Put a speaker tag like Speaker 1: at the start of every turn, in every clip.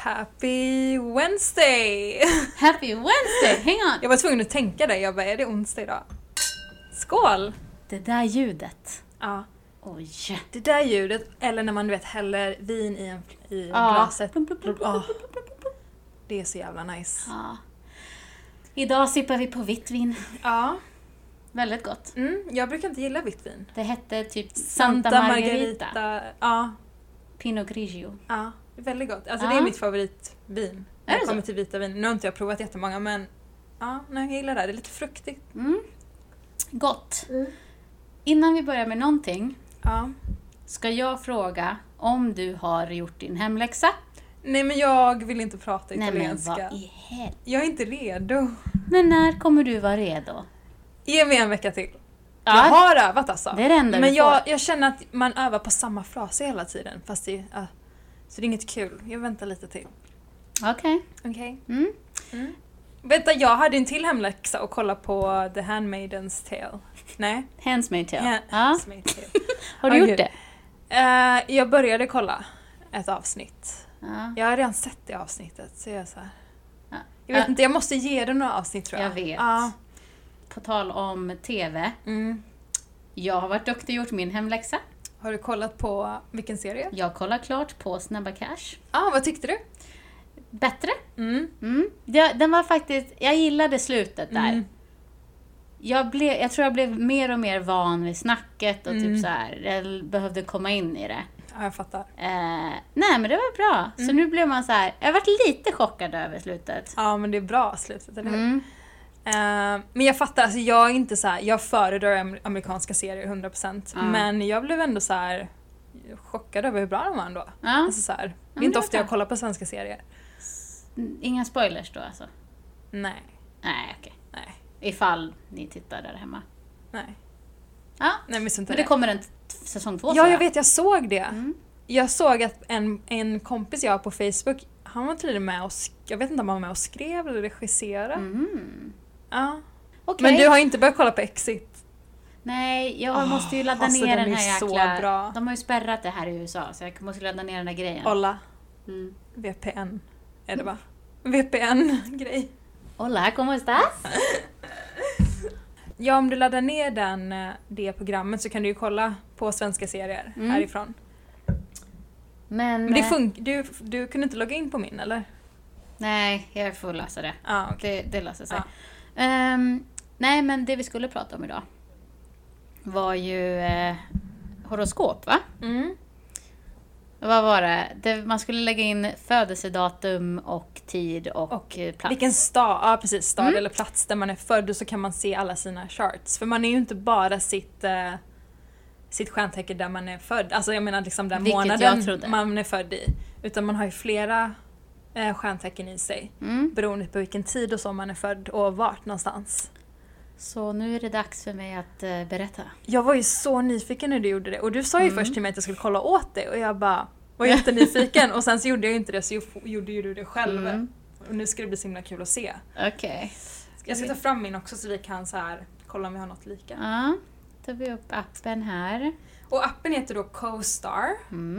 Speaker 1: Happy Wednesday!
Speaker 2: Happy Wednesday! Hang on!
Speaker 1: Jag var tvungen att tänka det. Jag bara, är det onsdag idag? Skål!
Speaker 2: Det där ljudet.
Speaker 1: Ja.
Speaker 2: Oj.
Speaker 1: Det där ljudet, eller när man häller vin i glaset. Det är så jävla nice.
Speaker 2: Ja. Idag sippar vi på vitt vin.
Speaker 1: Ja.
Speaker 2: Väldigt gott.
Speaker 1: Jag brukar inte gilla vitt vin.
Speaker 2: Det hette typ Santa Margarita.
Speaker 1: Ja.
Speaker 2: Pinot Grigio.
Speaker 1: Ja, väldigt gott. Alltså det är mitt favoritvin. När det kommer till vita vin. Nu har inte jag provat jättemånga, men ja, jag gillar det. Det är lite fruktigt.
Speaker 2: Gott. Innan vi börjar med någonting
Speaker 1: ska
Speaker 2: jag fråga om du har gjort din hemläxa.
Speaker 1: Nej, men jag vill inte prata italienska.
Speaker 2: Nej, men vad i helvete?
Speaker 1: Jag är inte redo.
Speaker 2: Men när kommer du vara redo?
Speaker 1: Ge mig en vecka till.
Speaker 2: Ja,
Speaker 1: jag har övat alltså.
Speaker 2: Det är det enda
Speaker 1: men jag känner att man övar på samma fraser hela tiden. Fast så det är inget kul. Jag väntar lite till.
Speaker 2: Okej.
Speaker 1: Vänta, jag hade en till hemläxa och kolla på The Handmaid's Tale. Nej?
Speaker 2: Handmaid's Tale.
Speaker 1: Handmaid's Tale.
Speaker 2: Har du gjort det?
Speaker 1: Jag började kolla ett avsnitt.
Speaker 2: Ja.
Speaker 1: Jag har redan sett det avsnittet. Så jag är så här. Jag vet inte, jag måste ge det några avsnitt tror jag.
Speaker 2: Jag vet. På tal om TV. Jag har varit duktig och gjort min hemläxa.
Speaker 1: Har du kollat på vilken serie?
Speaker 2: Jag kollar klart på Snabba Cash.
Speaker 1: Vad tyckte du?
Speaker 2: Bättre. Den var faktiskt, jag gillade slutet där. Jag tror jag blev mer och mer van vid snacket och typ så här, jag behövde komma in i det.
Speaker 1: Ja, jag fattar.
Speaker 2: Nej, men det var bra. Så nu blev man så här, jag har varit lite chockad över slutet.
Speaker 1: Ja, men det är bra slutet, eller hur? Men jag fattar, alltså jag är inte så här, jag föredrar amerikanska serier 100%. Men jag blev ändå så här chockad över hur bra de var ändå. Alltså så här, det är inte ofta jag kollar på svenska serier.
Speaker 2: Inga spoilers då alltså?
Speaker 1: Nej.
Speaker 2: Nej, okej.
Speaker 1: Nej.
Speaker 2: Ifall ni tittar där hemma.
Speaker 1: Nej.
Speaker 2: Ja,
Speaker 1: nej, men
Speaker 2: det kommer en säsong 2.
Speaker 1: Ja, jag vet, jag såg det. Jag såg att en kompis jag har på Facebook, han var tydligen med och jag vet inte om han var med och skrev eller regisserade. Ja.
Speaker 2: Okay.
Speaker 1: Men du har inte börjat kolla på Exit?
Speaker 2: Nej, jag måste ju ladda
Speaker 1: alltså,
Speaker 2: ner den här jäkla...
Speaker 1: bra.
Speaker 2: De har ju spärrat det här i USA, så jag måste ladda ner den där grejen.
Speaker 1: Hola. VPN är det va? VPN-grej.
Speaker 2: Hola, ¿cómo estás?
Speaker 1: Ja, om du laddar ner det programmet så kan du ju kolla på svenska serier härifrån. Men det du kunde inte logga in på min, eller?
Speaker 2: Nej, jag får lösa det.
Speaker 1: Okay.
Speaker 2: Det löser sig. Nej, men det vi skulle prata om idag var ju horoskop, va? Vad var det? Man skulle lägga in födelsedatum och tid och plats.
Speaker 1: Vilken stad, precis, stad eller plats där man är född, och så kan man se alla sina charts. För man är ju inte bara sitt stjärntecken där man är född. Alltså jag menar liksom den månaden man är född i. Utan man har ju flera stjärntecken i sig. Beroende på vilken tid och så man är född och vart någonstans.
Speaker 2: Så nu är det dags för mig att berätta.
Speaker 1: Jag var ju så nyfiken när du gjorde det. Och du sa ju först till mig att jag skulle kolla åt det. Och jag bara var jättenyfiken. Och sen så gjorde jag inte det, så gjorde ju du det själv. Och nu ska det bli så himla kul att se.
Speaker 2: Okej.
Speaker 1: Jag ska ta fram min också så vi kan så här kolla om vi har något lika.
Speaker 2: Ja, tar vi upp appen här.
Speaker 1: Och appen heter då CoStar.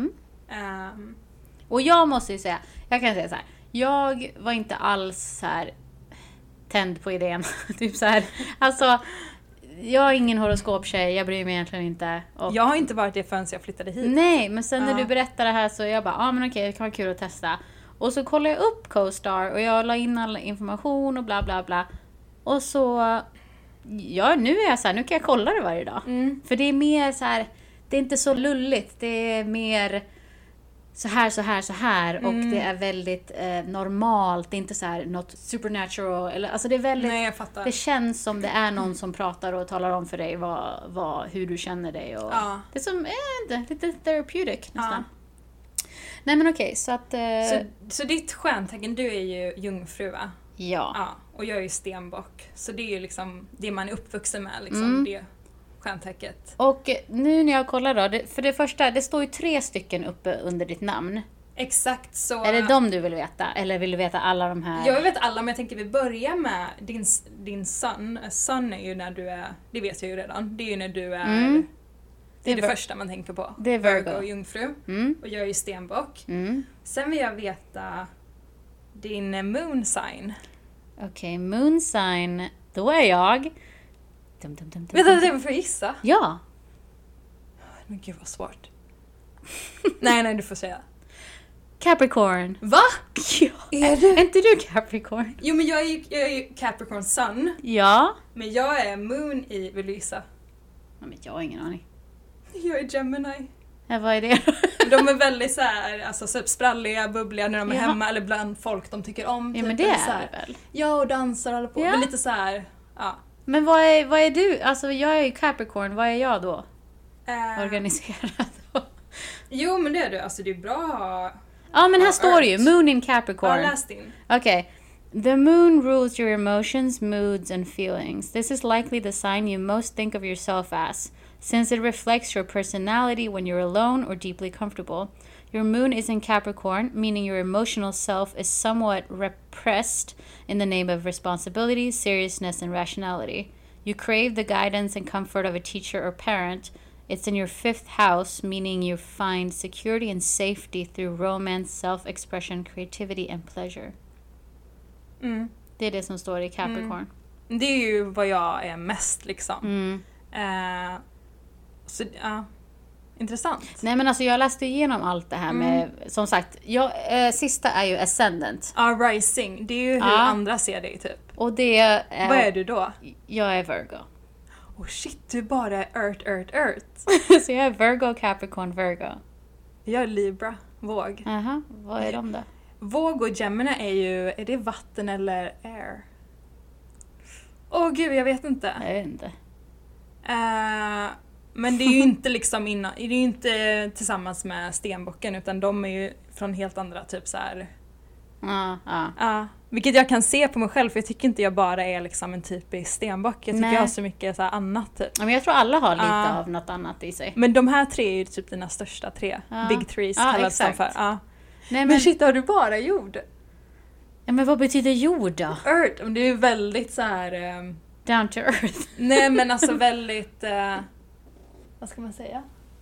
Speaker 2: Och jag måste ju säga, jag kan säga så här. Jag var inte alls så här tänd på idén. Typ så här. Alltså, jag är ingen horoskoptjej. Jag bryr mig egentligen inte. Och
Speaker 1: jag har inte varit det förrän jag flyttade hit.
Speaker 2: Nej, men sen när du berättade det här så jag bara, men okej, det kan vara kul att testa. Och så kollade jag upp CoStar och jag la in all information och bla bla bla. Och så, nu är jag så här, nu kan jag kolla det varje dag. För det är mer så här, det är inte så lulligt. Det är mer så här och det är väldigt normalt. Det är inte så här något supernatural eller, alltså det är väldigt.
Speaker 1: Nej, jag fattar.
Speaker 2: Det känns som det är någon som pratar och talar om för dig hur du känner dig och det är som lite therapeutic nästan. Nej, men okej, så att
Speaker 1: så ditt stjärntecken, du är ju jungfru, va?
Speaker 2: Ja.
Speaker 1: Och jag är ju stenbock. Så det är ju liksom det man är uppvuxen med liksom, det stjärntecket.
Speaker 2: Och nu när jag kollar då, för det första, det står ju 3 stycken uppe under ditt namn.
Speaker 1: Exakt så.
Speaker 2: Är det de du vill veta? Eller vill du veta alla de här?
Speaker 1: Jag vill veta alla, men jag tänker vi börjar med din son. Son är ju när du är, det vet jag ju redan. Det är ju när du är, det är det första man tänker på.
Speaker 2: Det är Virgo
Speaker 1: och jungfru. Och jag är ju stenbock. Sen vill jag veta din moon sign.
Speaker 2: Okej, moon sign. Då är jag...
Speaker 1: Vänta, det får jag gissa?
Speaker 2: Ja.
Speaker 1: Men gud vad svårt. nej, du får säga.
Speaker 2: Capricorn.
Speaker 1: Va?
Speaker 2: Ja.
Speaker 1: Är
Speaker 2: inte du Capricorn?
Speaker 1: Jo, men jag är ju Capricorn sun.
Speaker 2: Ja.
Speaker 1: Men jag är moon i, vill du gissa?
Speaker 2: Ja, men jag har ingen aning.
Speaker 1: Jag är Gemini.
Speaker 2: Ja, vad är det då?
Speaker 1: De är väldigt så här, alltså så spralliga, bubbliga när de är hemma eller bland folk de tycker om.
Speaker 2: Ja,
Speaker 1: typ,
Speaker 2: men det är
Speaker 1: så här.
Speaker 2: det väl?
Speaker 1: Ja, och dansar och håller på.
Speaker 2: Ja.
Speaker 1: Men lite så här, ja.
Speaker 2: Men vad är du? Alltså jag är ju Capricorn, vad är jag då? Organiserad.
Speaker 1: Jo, men det är du. Alltså det är bra.
Speaker 2: Ja, men här står det ju. Moon in Capricorn.
Speaker 1: Ja, läs din.
Speaker 2: Okej. The moon rules your emotions, moods and feelings. This is likely the sign you most think of yourself as, since it reflects your personality when you're alone or deeply comfortable. Your moon is in Capricorn, meaning your emotional self is somewhat repressed in the name of responsibility, seriousness, and rationality. You crave the guidance and comfort of a teacher or parent. It's in your 5th house, meaning you find security and safety through romance, self-expression, creativity, and pleasure.
Speaker 1: Mm.
Speaker 2: Det är det som står i Capricorn.
Speaker 1: Det är ju vad jag är mest liksom. Så ja, intressant.
Speaker 2: Nej, men alltså jag läste igenom allt det här med, som sagt, sista är ju Ascendant.
Speaker 1: Ja, Rising. Det är ju hur andra ser dig typ.
Speaker 2: Och det är...
Speaker 1: Vad är du då?
Speaker 2: Jag är Virgo.
Speaker 1: Oh shit, du bara är Earth.
Speaker 2: Så jag är Virgo, Capricorn, Virgo.
Speaker 1: Jag är Libra, våg.
Speaker 2: Jaha, vad är de då?
Speaker 1: Våg och Gemini är det vatten eller air? Åh gud, jag vet inte.
Speaker 2: Jag vet inte.
Speaker 1: Men det är ju inte liksom det är ju inte tillsammans med stenbocken, utan de är ju från helt andra typ så här. Vilket jag kan se på mig själv, för jag tycker inte jag bara är liksom en typisk stenbock. Jag tycker jag har så mycket så här annat typ.
Speaker 2: Ja, men jag tror alla har lite av något annat i sig.
Speaker 1: Men de här 3 är ju typ dina största 3. Big threes kallas de för.
Speaker 2: Nej,
Speaker 1: men shit, har du bara jord?
Speaker 2: Ja, men vad betyder jord då?
Speaker 1: Earth, det är ju väldigt så här.
Speaker 2: Down to earth.
Speaker 1: Nej, men alltså väldigt vad ska man säga?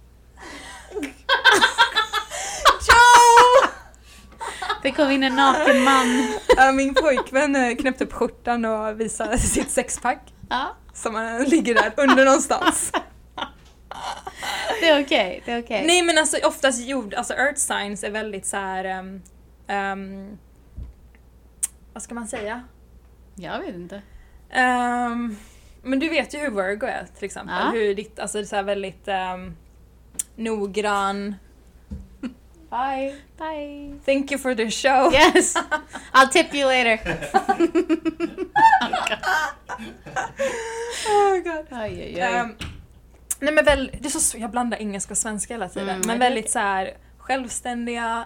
Speaker 1: Joe!
Speaker 2: Det kom in en naken man.
Speaker 1: Min pojkvän knäppte upp skjortan och visade sitt sexpack. Som han ligger där under någonstans.
Speaker 2: Det är okej, det är okej.
Speaker 1: Nej, men alltså oftast alltså earth signs är väldigt så här. Vad ska man säga?
Speaker 2: Jag vet inte.
Speaker 1: Men du vet ju hur Virgo är till exempel. Hur ditt, alltså det är så här väldigt noggrann. Bye. Thank you for the show.
Speaker 2: Yes. I'll tip you later.
Speaker 1: Oh god.
Speaker 2: Aj.
Speaker 1: Nej, men det är så jag blandar engelska och svenska hela tiden. Men väldigt så här självständiga,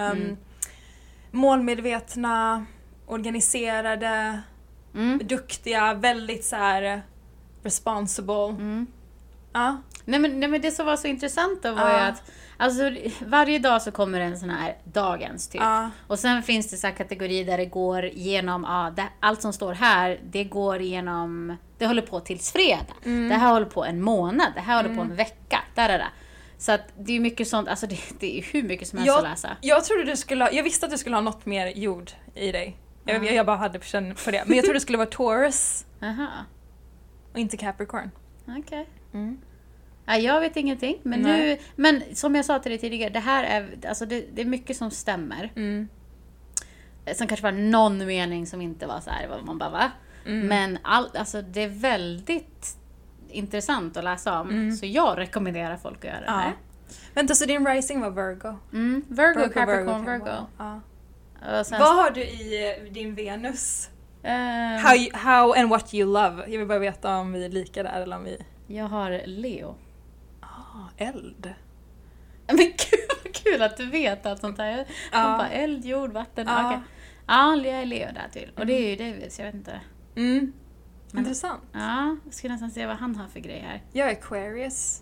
Speaker 1: målmedvetna, organiserade, duktiga, väldigt så här responsible.
Speaker 2: Nej, men det som var så intressant då var ju att alltså, varje dag så kommer en sån här dagens typ. Och sen finns det så här kategorier där det går igenom, allt som står här, det går igenom, det håller på tills fredag. Det här håller på en månad, det här håller på en vecka. Så att det är mycket sånt, alltså det är hur mycket som helst att läsa.
Speaker 1: Jag visste att du skulle ha något mer jord i dig. Jag bara hade känn på det. Men jag trodde det skulle vara Taurus. Och inte Capricorn.
Speaker 2: Okej. Ja, jag vet ingenting, men som jag sa till dig tidigare, det här är, alltså det är mycket som stämmer. Som kanske var någon mening som inte var så här, vad man bara va? Men alltså det är väldigt intressant att läsa om, så jag rekommenderar folk att göra det här.
Speaker 1: Vänta, så din rising var Virgo?
Speaker 2: Virgo, Capricorn, Virgo.
Speaker 1: Vad har du i din Venus? How and what you love. Jag vill bara veta om vi är lika där eller om vi...
Speaker 2: Jag har Leo.
Speaker 1: Eld.
Speaker 2: Men gud, vad kul att du vet allt sånt här. Man bara eld, jord, vatten. Ja, jag är Leo där till. Och det är ju David, så jag vet inte.
Speaker 1: Intressant.
Speaker 2: Ja, jag ska nästan se vad han har för grej här.
Speaker 1: Jag är Aquarius.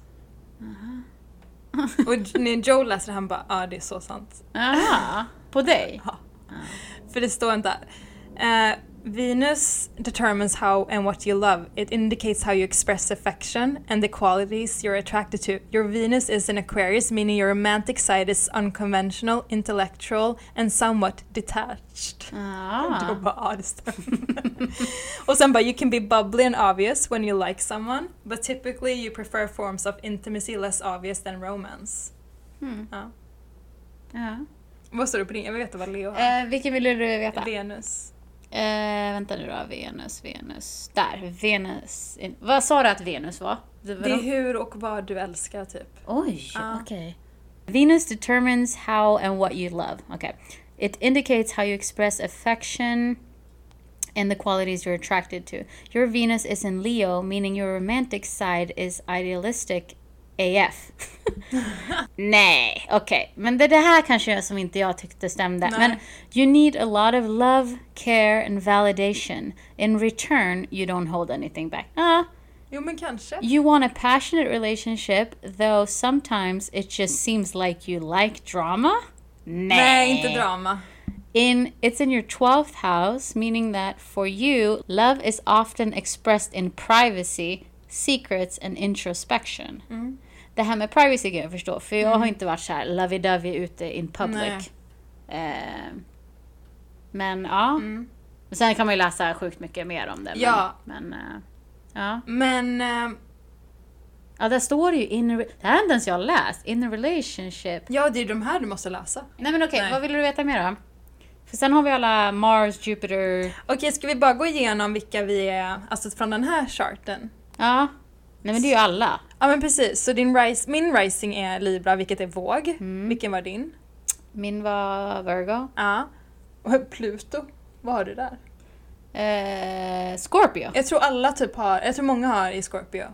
Speaker 1: Och när Joe läser han bara, det är så sant.
Speaker 2: Jaha, på dig?
Speaker 1: Ja. För det står inte Venus determines how and what you love. It indicates how you express affection and the qualities you're attracted to. Your Venus is in Aquarius, meaning your romantic side is unconventional, intellectual and somewhat detached.
Speaker 2: Ah.
Speaker 1: Och sen bara, you can be bubbly and obvious when you like someone, but typically you prefer forms of intimacy less obvious than romance. Ja.
Speaker 2: Ja.
Speaker 1: Vad står det på din? Jag vill veta vad Leo har.
Speaker 2: Vilken vill du veta?
Speaker 1: Venus.
Speaker 2: Vänta nu då, Venus. Där, Venus. Vad sa du att Venus var?
Speaker 1: Det är hur och vad du älskar typ.
Speaker 2: Oj, okej. Venus determines how and what you love. Okay. It indicates how you express affection and the qualities you're attracted to. Your Venus is in Leo, meaning your romantic side is idealistic AF. Nej, okej. Men det här kanske som inte jag tyckte stämde. Nej. Men you need a lot of love, care and validation. In return, you don't hold anything back.
Speaker 1: Jo, men kanske.
Speaker 2: You want a passionate relationship, though sometimes it just seems like you like drama.
Speaker 1: Nej, inte drama.
Speaker 2: It's in your 12th house, meaning that for you, love is often expressed in privacy, secrets and introspection. Det här med privacy kan jag förstå, för jag har inte varit så här lovey-dovey ute in public. Men ja. Sen kan man ju läsa sjukt mycket mer om det.
Speaker 1: Ja.
Speaker 2: Men ja.
Speaker 1: Men
Speaker 2: ja, där står det ju det här har inte ens jag läst. In a relationship.
Speaker 1: Ja, det är de här du måste läsa.
Speaker 2: Nej, men okej, vad vill du veta mer om? För sen har vi alla Mars, Jupiter.
Speaker 1: Okej, ska vi bara gå igenom vilka vi är, alltså från den här charten?
Speaker 2: Ja. Nej, men det är ju alla.
Speaker 1: Ja, men precis. Så min rising är Libra, vilket är våg. Vilken var din?
Speaker 2: Min var Virgo.
Speaker 1: Ja. Och Pluto, vad har du där?
Speaker 2: Scorpio.
Speaker 1: Jag tror många har i Scorpio.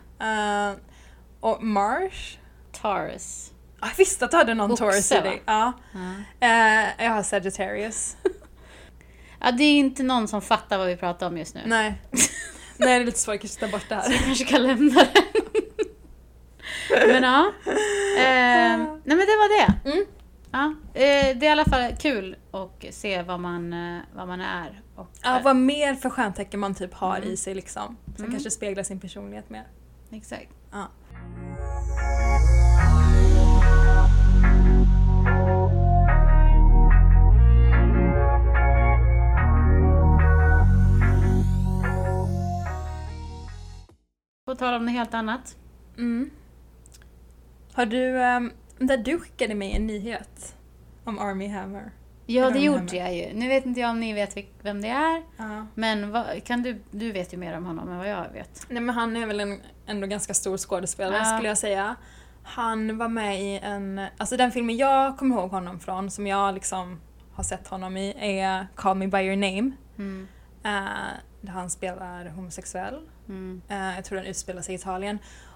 Speaker 1: Och Mars?
Speaker 2: Taurus.
Speaker 1: Jag visste att du hade någon Taurus i dig. Ja. Jag har Sagittarius.
Speaker 2: Ja, det är inte någon som fattar vad vi pratar om just nu.
Speaker 1: Nej. Nej, det är lite svårt att ta bort det här.
Speaker 2: Så jag kanske kan lämna den. Men ja. Nej, men det var det. Ja, det är i alla fall kul att se vad man är. Och,
Speaker 1: vad mer för stjärntecken man typ har i sig liksom. Som kanske speglar sin personlighet mer.
Speaker 2: Exakt.
Speaker 1: Ja.
Speaker 2: På tal om något helt annat.
Speaker 1: Har du, där du skickade mig en nyhet om Armie Hammer.
Speaker 2: Ja, det gjorde jag ju. Nu vet inte jag om ni vet vem det är. Men kan du vet ju mer om honom än vad jag vet.
Speaker 1: Nej, men han är väl en ändå ganska stor skådespelare skulle jag säga. Han var med i alltså den filmen jag kommer ihåg honom från, som jag liksom har sett honom i, är Call Me By Your Name. Där han spelar homosexuell. Jag tror den utspelar sig i Italien.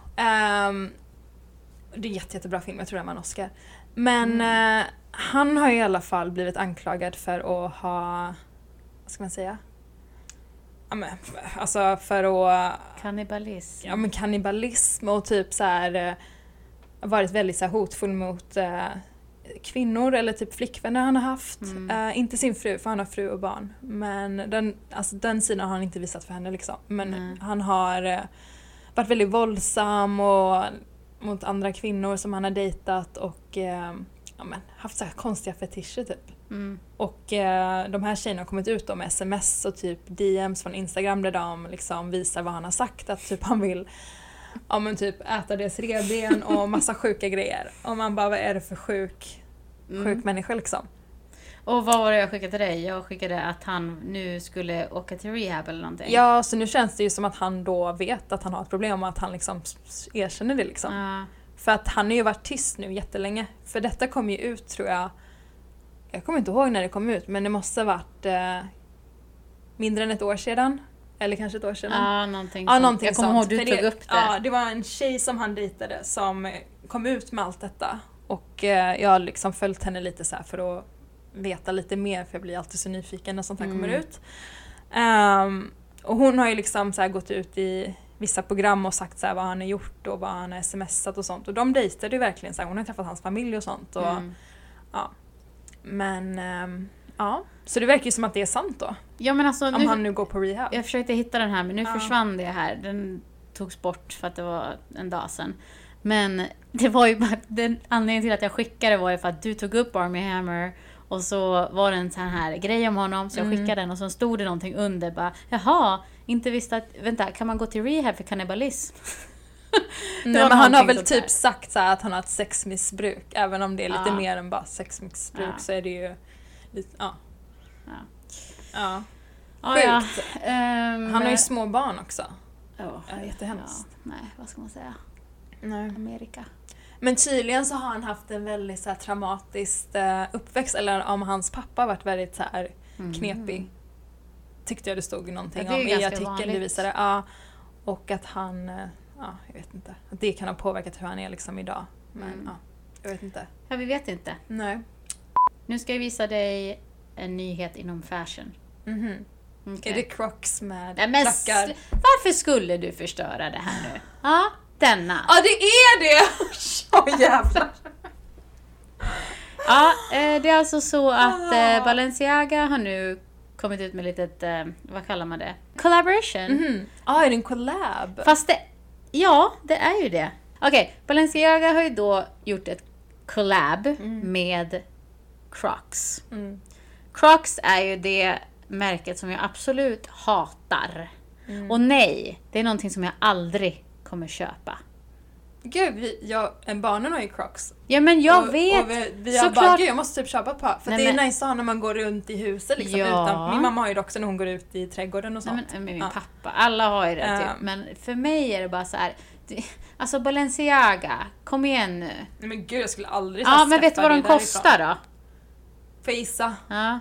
Speaker 1: Det är jättebra film, jag tror den var en Oscar. Men han har ju i alla fall blivit anklagad för att ha, vad ska man säga? Ja, men, alltså för att...
Speaker 2: Kannibalism.
Speaker 1: Ja, men kannibalism och typ så här varit väldigt så här hotfull mot kvinnor eller typ flickvänner han har haft. Inte sin fru, för han har fru och barn. Men den sidan har han inte visat för henne liksom. Men han har varit väldigt våldsam och mot andra kvinnor som han har dejtat och haft så här konstiga fetischer typ. Och de här tjejerna har kommit ut med sms och typ DMs från Instagram där de liksom visar vad han har sagt, att typ han vill typ äta deras revben och massa sjuka grejer. Och man bara, vad är det för sjuk människa liksom?
Speaker 2: Och vad var det jag skickade till dig? Jag skickade att han nu skulle åka till rehab eller någonting.
Speaker 1: Ja, så nu känns det ju som att han då vet att han har ett problem och att han liksom erkänner det liksom. För att han har ju varit tyst nu jättelänge. För detta kom ju ut, tror jag kommer inte ihåg när det kom ut, men det måste ha varit mindre än ett år sedan. Eller kanske ett år sedan.
Speaker 2: Ja, någonting sånt. Jag kommer ihåg du tog upp det.
Speaker 1: Ja, det var en tjej som han dejtade som kom ut med allt detta. Och jag har liksom följt henne lite så här för att veta lite mer, för jag blir alltid så nyfiken när sånt här kommer ut. Och hon har ju liksom så här gått ut i vissa program och sagt så här vad han har gjort och vad han har smsat och sånt. Och de dejtade ju verkligen så här, hon har träffat hans familj och sånt. Och, ja. Men Ja, så det verkar ju som att det är sant då.
Speaker 2: Ja, men alltså,
Speaker 1: om han nu går på rehab.
Speaker 2: Jag försökte hitta den här, men nu försvann det här. Den togs bort för att det var en dag sedan. Men det var ju bara, den anledningen till att jag skickade var ju för att du tog upp Armie Hammer. Och så var det en sån här grej om honom, så jag skickade den och så stod det någonting under. Bara, jaha, inte visste att, vänta, kan man gå till rehab för kannibalism?
Speaker 1: Nej, men han har väl typ sagt så här att han har ett sexmissbruk. Även om det är lite mer än bara sexmissbruk så är det ju lite, Sjukt. Han har ju små barn också. Jättehemskt.
Speaker 2: Nej, vad ska man säga?
Speaker 1: Nej.
Speaker 2: Amerika.
Speaker 1: Men tydligen så har han haft en väldigt så här traumatisk uppväxt. Eller om hans pappa varit väldigt så här knepig. Tyckte jag det stod någonting om i artikeln du visade. Ja, och att han, jag vet inte. Att det kan ha påverkat hur han är liksom idag. Men jag vet inte.
Speaker 2: Ja, vi vet inte.
Speaker 1: Nej.
Speaker 2: Nu ska jag visa dig en nyhet inom fashion.
Speaker 1: Okay. Är det Crocs med
Speaker 2: klackar? Varför skulle du förstöra det här nu? Ja, denna.
Speaker 1: Ja, det är det! Så jävlar.
Speaker 2: Ja, det är alltså så att Balenciaga har nu kommit ut med litet, vad kallar man det? Collaboration.
Speaker 1: Är det en collab?
Speaker 2: Fast det är ju det. Okej, Balenciaga har ju då gjort ett collab med Crocs. Crocs är ju det märket som jag absolut hatar. Och nej, det är någonting som jag aldrig kommer köpa.
Speaker 1: Gud, barnen har ju Crocs.
Speaker 2: Ja, men jag vet.
Speaker 1: Och vi har bara, gud, jag måste typ köpa ett par. För det är nice när man går runt i huset liksom, utan. Min mamma har ju det också när hon går ut i trädgården och sånt.
Speaker 2: Nej, men min pappa, alla har ju det typ. Men för mig är det bara så här. Alltså Balenciaga, kom igen nu.
Speaker 1: Nej men gud, jag skulle aldrig
Speaker 2: men vet du vad de kostar då?
Speaker 1: Får jag gissa?
Speaker 2: Ja.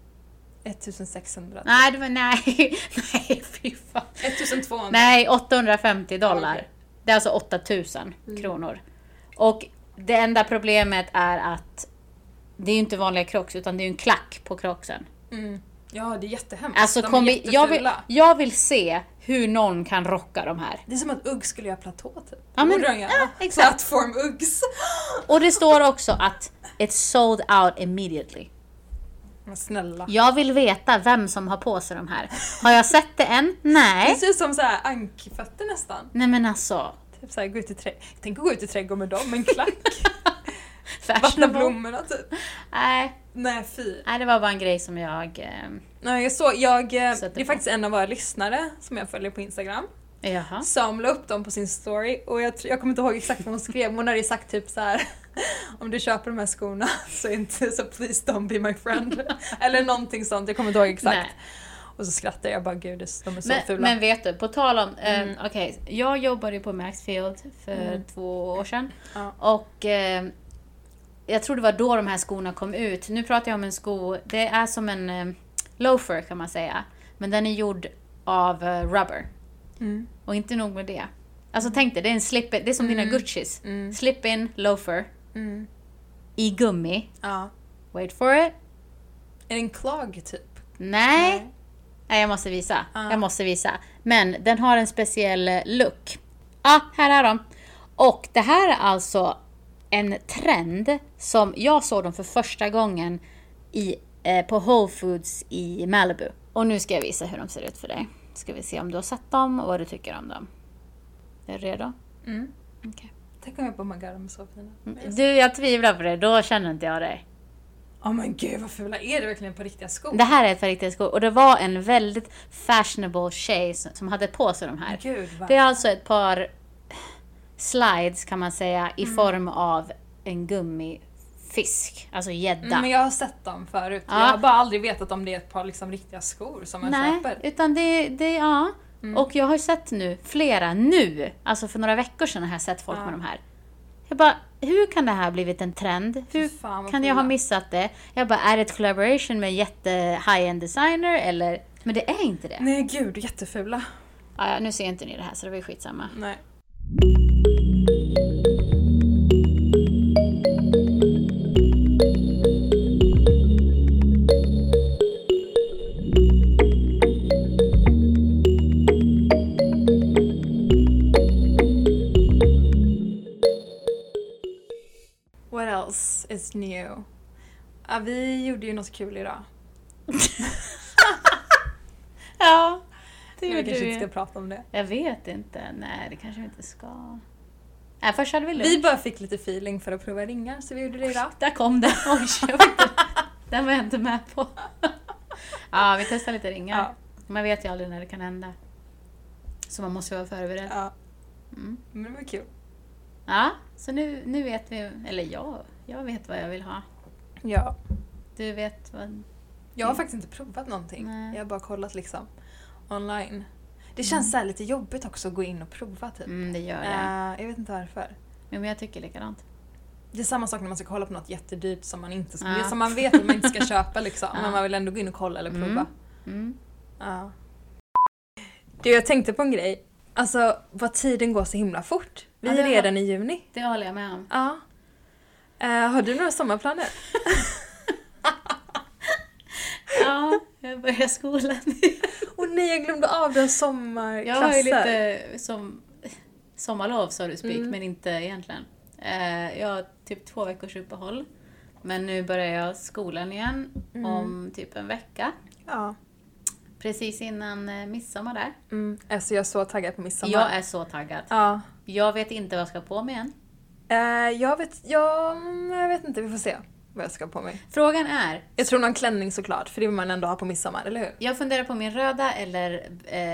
Speaker 1: 1600.
Speaker 2: Nej, nej, fy fan.
Speaker 1: 1200.
Speaker 2: Nej, $850. Okay. Det är alltså 8000 kronor. Och det enda problemet är att det är ju inte vanliga Crocs, utan det är ju en klack på Crocsen.
Speaker 1: Ja, det är jättehemskt.
Speaker 2: Alltså, jag vill se hur någon kan rocka de här.
Speaker 1: Det är som att Ugg skulle göra platå typ.
Speaker 2: Ja, men,
Speaker 1: exakt. Plattform Uggs.
Speaker 2: Och det står också att it's sold out immediately.
Speaker 1: Men snälla.
Speaker 2: Jag vill veta vem som har på sig de här. Har jag sett det än? Nej.
Speaker 1: Det ser ut som så här ankfötter nästan.
Speaker 2: Nej, men alltså.
Speaker 1: Typ så här, tänk att gå ut i trädgården med dem, en klack. Vattna blommorna typ. Nej, fy.
Speaker 2: Nej, det var bara en grej som jag...
Speaker 1: Nej, det är faktiskt en av våra lyssnare som jag följer på Instagram.
Speaker 2: Jaha.
Speaker 1: Som la upp dem på sin story. Och jag kommer inte ihåg exakt vad hon skrev. Hon hade ju sagt typ så här: om du köper de här skorna så please don't be my friend. Eller någonting sånt, jag kommer inte ihåg exakt. Nej. Och så skrattade jag bara, gud, de är så fula.
Speaker 2: Men vet du, på tal om... Okej, jag jobbade ju på Maxfield för 2 år sedan. Ja. Och jag tror det var då de här skorna kom ut. Nu pratar jag om en sko, det är som en loafer kan man säga. Men den är gjord av rubber. Och inte nog med det. Alltså tänk dig, det är en slip-in, det är som dina Guccis. Slip-in loafer. I gummi.
Speaker 1: Ja.
Speaker 2: Wait for it.
Speaker 1: Är det en clog typ?
Speaker 2: Nej, jag måste visa. Jag måste visa. Men den har en speciell look. Här är de. Och det här är alltså en trend som jag såg dem för första gången på Whole Foods i Malibu. Och nu ska jag visa hur de ser ut för dig. Ska vi se om du har sett dem och vad du tycker om dem. Är du redo?
Speaker 1: Okay. Tänk om jag på my god, de är så fina.
Speaker 2: Jag tvivlar på det. Då känner inte jag dig.
Speaker 1: Men gud, vad fula. Är det verkligen på riktiga skor?
Speaker 2: Det här är ett par riktiga skor. Och det var en väldigt fashionable tjej som hade på sig de här.
Speaker 1: Gud,
Speaker 2: det är alltså ett par slides kan man säga i form av en gummifisk. Alltså gädda.
Speaker 1: Men jag har sett dem förut. Jag har bara aldrig vetat om det är ett par liksom riktiga skor som man köper.
Speaker 2: Nej, utan det Och jag har sett flera nu. Alltså för några veckor sedan har jag sett folk med de här. Jag bara, hur kan det här blivit en trend? Hur kan jag ha missat det? Jag bara, är det ett collaboration med high-end designer? Eller? Men det är inte det.
Speaker 1: Nej, gud, jättefula.
Speaker 2: Nu ser inte ni det här, så det var ju skitsamma.
Speaker 1: Nej. What else is new? Vi gjorde ju något kul idag.
Speaker 2: Ja, det
Speaker 1: Vi
Speaker 2: gjorde
Speaker 1: kanske
Speaker 2: vi.
Speaker 1: inte ska prata om det.
Speaker 2: Jag vet inte. Nej, det kanske vi inte ska. Nej, först hade vi lunch.
Speaker 1: Vi bara fick lite feeling för att prova ringar, så vi gjorde det idag.
Speaker 2: Där kom det. Oj, jag vet inte. Den var jag inte med på. Ja, vi testar lite ringar.
Speaker 1: Ja.
Speaker 2: Man vet ju aldrig när det kan hända. Så man måste vara förberedd.
Speaker 1: Ja.
Speaker 2: Mm.
Speaker 1: Men det var kul.
Speaker 2: Ja, så nu vet vi. Eller jag vet vad jag vill ha.
Speaker 1: Ja.
Speaker 2: Du vet vad...
Speaker 1: Jag har faktiskt inte provat någonting.
Speaker 2: Nej.
Speaker 1: Jag har bara kollat liksom online. Det känns så här lite jobbigt också att gå in och prova typ.
Speaker 2: det gör det.
Speaker 1: Jag vet inte varför.
Speaker 2: Men jag tycker likadant.
Speaker 1: Det är samma sak när man ska kolla på något jättedyrt som man inte ska,
Speaker 2: Ja.
Speaker 1: som man vet att man inte ska köpa liksom.
Speaker 2: Ja.
Speaker 1: Men man vill ändå gå in och kolla eller prova.
Speaker 2: Mm.
Speaker 1: Ja. Du, jag tänkte på en grej. Alltså, vad tiden går så himla fort. Vi
Speaker 2: Ja,
Speaker 1: är redan i juni.
Speaker 2: Det håller jag med om.
Speaker 1: Ja. Har du några sommarplaner?
Speaker 2: Ja, jag börjar skolan.
Speaker 1: Åh nej, jag glömde av den sommarklasser.
Speaker 2: Jag har ju lite som sommarlov, så du speak,
Speaker 1: Mm.
Speaker 2: men inte egentligen. Jag har typ 2 veckors uppehåll. Men nu börjar jag skolan igen om typ en vecka.
Speaker 1: Ja.
Speaker 2: Precis innan midsommar där.
Speaker 1: Alltså jag är så taggad på midsommar.
Speaker 2: Jag är så taggad.
Speaker 1: Ja.
Speaker 2: Jag vet inte vad jag ska på mig än.
Speaker 1: Jag vet inte, vi får se vad jag ska ha på mig.
Speaker 2: Frågan är,
Speaker 1: Jag tror någon klänning såklart, för det vill man ändå ha på midsommar, eller hur?
Speaker 2: jag funderar på min röda eller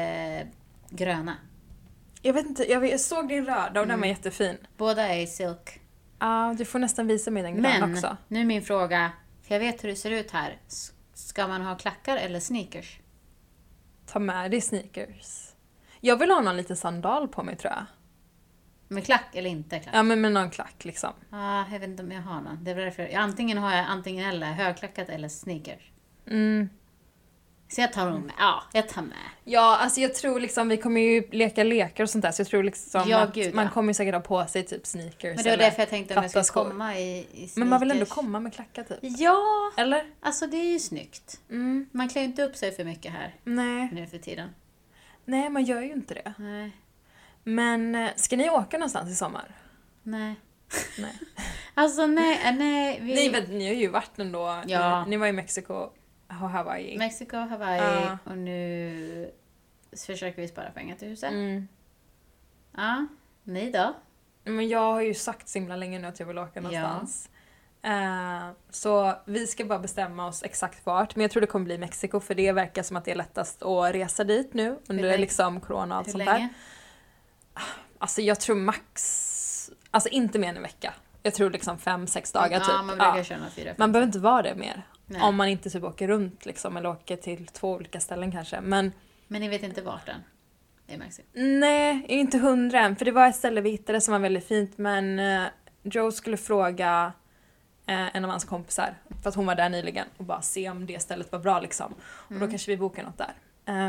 Speaker 2: gröna.
Speaker 1: Jag vet inte, jag såg din röda och den var jättefin.
Speaker 2: Båda är i silk.
Speaker 1: Ja, du får nästan visa mig den gröna
Speaker 2: Men
Speaker 1: också.
Speaker 2: nu är min fråga, för jag vet hur det ser ut här. Ska man ha klackar eller sneakers?
Speaker 1: Ta med dig sneakers. Jag vill ha någon liten sandal på mig, tror jag.
Speaker 2: Med klack eller inte klack?
Speaker 1: Ja, men med någon klack liksom.
Speaker 2: Jag vet inte om jag har någon. Det är därför antingen har jag antingen eller högklackat eller sneakers. Så jag tar nog med. Ja, jag tar med.
Speaker 1: Ja, alltså jag tror liksom, vi kommer ju leka lekar och sånt där, så jag tror liksom
Speaker 2: Ja,
Speaker 1: att
Speaker 2: gud,
Speaker 1: man
Speaker 2: ja.
Speaker 1: kommer ju säkert ha på sig typ sneakers.
Speaker 2: Men det var
Speaker 1: eller
Speaker 2: därför jag tänkte om jag ska
Speaker 1: platta skor.
Speaker 2: komma i sneakers.
Speaker 1: Men man vill ändå komma med klackar typ.
Speaker 2: Ja,
Speaker 1: Eller?
Speaker 2: alltså det är ju snyggt. Man klär ju inte upp sig för mycket här
Speaker 1: Nej.
Speaker 2: nu för tiden.
Speaker 1: Nej, man gör ju inte det.
Speaker 2: Nej.
Speaker 1: Men ska ni åka någonstans i sommar?
Speaker 2: Nej.
Speaker 1: Nej.
Speaker 2: Alltså nej.
Speaker 1: Nej, men ni har ju varit ändå.
Speaker 2: Ja.
Speaker 1: Ni var i Mexiko och Hawaii.
Speaker 2: Mexiko, Hawaii och nu försöker vi spara pengar till huset. Ja, ni då?
Speaker 1: Men jag har ju sagt så himla länge nu att jag vill åka någonstans. Så vi ska bara bestämma oss exakt vart. Men jag tror det kommer bli Mexiko, för det verkar som att det är lättast att resa dit nu under liksom corona och allt
Speaker 2: Hur
Speaker 1: sånt
Speaker 2: länge?
Speaker 1: där. Alltså jag tror alltså inte mer än en vecka. Jag tror liksom 5-6 dagar typ.
Speaker 2: Ja, man brukar köra 4-5.
Speaker 1: Man behöver inte vara det mer.
Speaker 2: Nej.
Speaker 1: Om man inte typ åker runt liksom, eller åker till 2 olika ställen kanske. Men
Speaker 2: ni vet inte vart än? I Mexiko?
Speaker 1: nej, inte 100 än. För det var ett ställe vi hittade som var väldigt fint. Men Joe skulle fråga en av hans kompisar, för att hon var där nyligen, och bara se om det stället var bra liksom. Och då kanske vi bokar något där.